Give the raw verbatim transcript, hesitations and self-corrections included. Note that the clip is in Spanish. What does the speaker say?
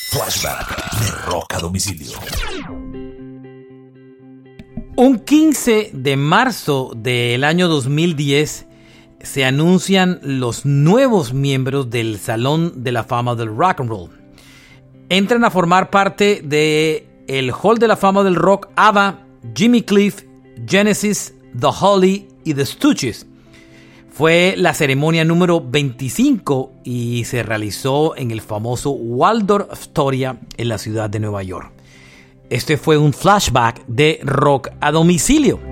Flashback de Rock a Domicilio. Un quince de marzo del año dos mil diez se anuncian los nuevos miembros del Salón de la Fama del Rock and Roll. Entran a formar parte del Hall de la Fama del Rock ABBA, Jimmy Cliff, Genesis, The Holly y The Stooges. Fue la ceremonia número veinticinco y se realizó en el famoso Waldorf Astoria en la ciudad de Nueva York. Este fue un flashback de Rock a Domicilio.